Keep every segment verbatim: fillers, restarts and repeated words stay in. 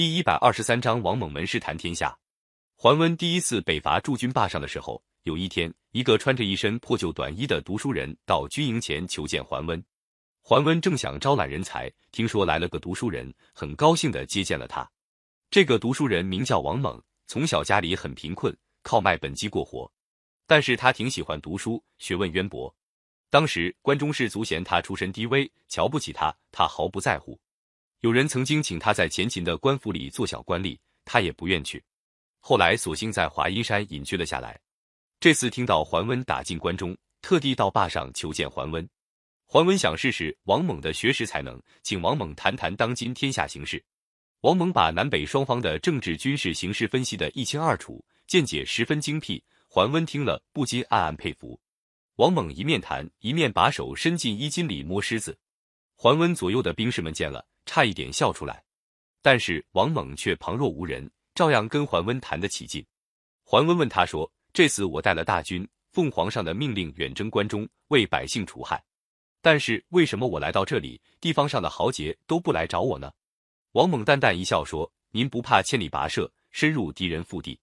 第一百二十三章王猛门师谈天下。桓温第一次北伐驻军坝上的时候，有一天，一个穿着一身破旧短衣的读书人到军营前求见桓温。桓温正想招揽人才，听说来了个读书人，很高兴地接见了他。这个读书人名叫王猛，从小家里很贫困，靠卖本鸡过活。但是他挺喜欢读书，学问渊博。当时关中士族嫌他出身低微，瞧不起他，他毫不在乎。有人曾经请他在前秦的官府里做小官吏，他也不愿去。后来索性在华阴山隐居了下来。这次听到桓温打进关中，特地到坝上求见桓温。桓温想试试王猛的学识才能，请王猛谈谈当今天下形势。王猛把南北双方的政治军事形势分析得一清二楚，见解十分精辟。桓温听了不禁暗暗佩服。王猛一面谈，一面把手伸进衣襟里摸狮子。桓温左右的兵士们见了，差一点笑出来。但是王猛却旁若无人，照样跟桓温谈得起劲。桓温问他说：“这次我带了大军，奉皇上的命令远征关中，为百姓除害。但是为什么我来到这里，地方上的豪杰都不来找我呢？”王猛淡淡一笑说：“您不怕千里跋涉，深入敌人腹地。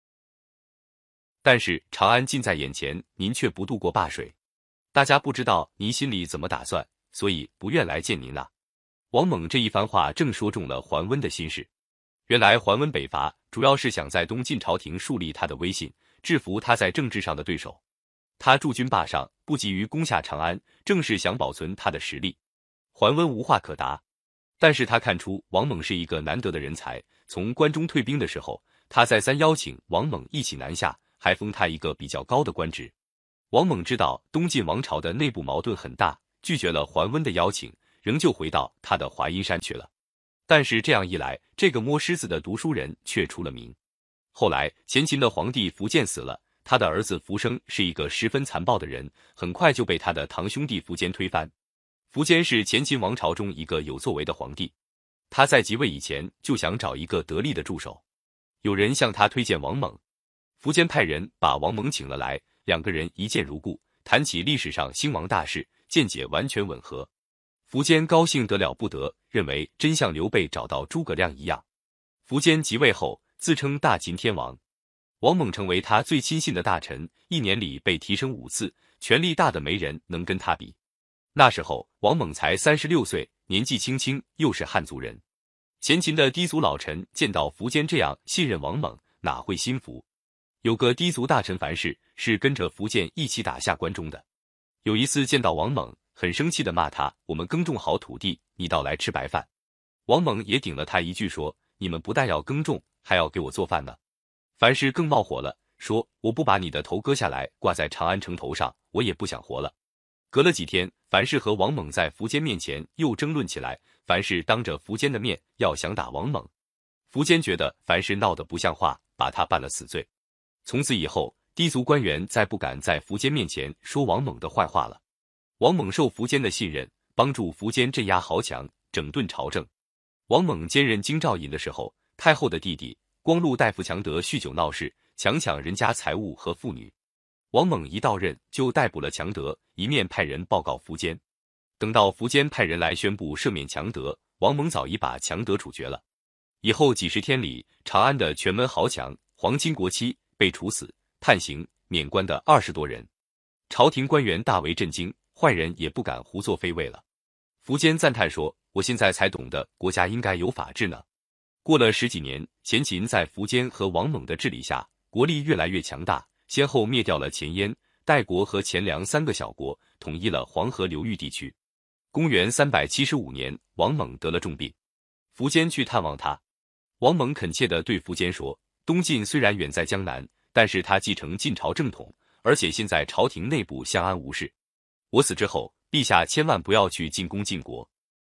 但是长安近在眼前，您却不渡过灞水，大家不知道您心里怎么打算，所以不愿来见您啊。”王猛这一番话正说中了桓温的心事。原来桓温北伐主要是想在东晋朝廷树立他的威信，制服他在政治上的对手。他驻军坝上，不急于攻下长安，正是想保存他的实力。桓温无话可答，但是他看出王猛是一个难得的人才。从关中退兵的时候，他再三邀请王猛一起南下，还封他一个比较高的官职。王猛知道东晋王朝的内部矛盾很大，拒绝了桓温的邀请，仍旧回到他的华阴山去了。但是这样一来，这个摸狮子的读书人却出了名。后来前秦的皇帝苻建死了，他的儿子苻生是一个十分残暴的人，很快就被他的堂兄弟苻坚推翻。苻坚是前秦王朝中一个有作为的皇帝，他在即位以前就想找一个得力的助手。有人向他推荐王猛，苻坚派人把王猛请了来，两个人一见如故，谈起历史上兴亡大事，见解完全吻合。苻坚高兴得了不得，认为真像刘备找到诸葛亮一样。苻坚即位后，自称大秦天王。王猛成为他最亲信的大臣，一年里被提升五次，权力大的没人能跟他比。那时候王猛才三十六岁，年纪轻轻，又是汉族人。前秦的氐族老臣见到苻坚这样信任王猛，哪会心服？有个氐族大臣樊氏是跟着苻坚一起打下关中的。有一次见到王猛，很生气地骂他：“我们耕种好土地，你倒来吃白饭。”王猛也顶了他一句说：“你们不但要耕种，还要给我做饭呢。”樊氏更冒火了，说：“我不把你的头割下来挂在长安城头上，我也不想活了。”隔了几天，樊氏和王猛在苻坚面前又争论起来。樊氏当着苻坚的面要想打王猛，苻坚觉得樊氏闹得不像话，把他判了死罪。从此以后，氐族官员再不敢在苻坚面前说王猛的坏话了。王猛受苻坚的信任，帮助苻坚镇压豪强，整顿朝政。王猛兼任京兆尹的时候，太后的弟弟光禄大夫强德酗酒闹事，强抢人家财物和妇女。王猛一到任就逮捕了强德，一面派人报告苻坚。等到苻坚派人来宣布赦免强德，王猛早已把强德处决了。以后几十天里，长安的全门豪强、皇亲国戚被处死、判刑、免官的二十多人。朝廷官员大为震惊，坏人也不敢胡作非为了。苻坚赞叹说：“我现在才懂得国家应该有法治呢。”过了十几年，前秦在苻坚和王猛的治理下，国力越来越强大，先后灭掉了前燕、代国和前凉三个小国，统一了黄河流域地区。公元三百七十五年，王猛得了重病，苻坚去探望他。王猛恳切地对苻坚说：“东晋虽然远在江南，但是他继承晋朝正统，而且现在朝廷内部相安无事。我死之后，陛下千万不要去进攻晋国。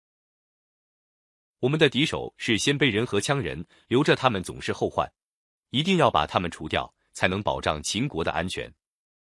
我们的敌手是鲜卑人和羌人，留着他们总是后患，一定要把他们除掉，才能保障秦国的安全。”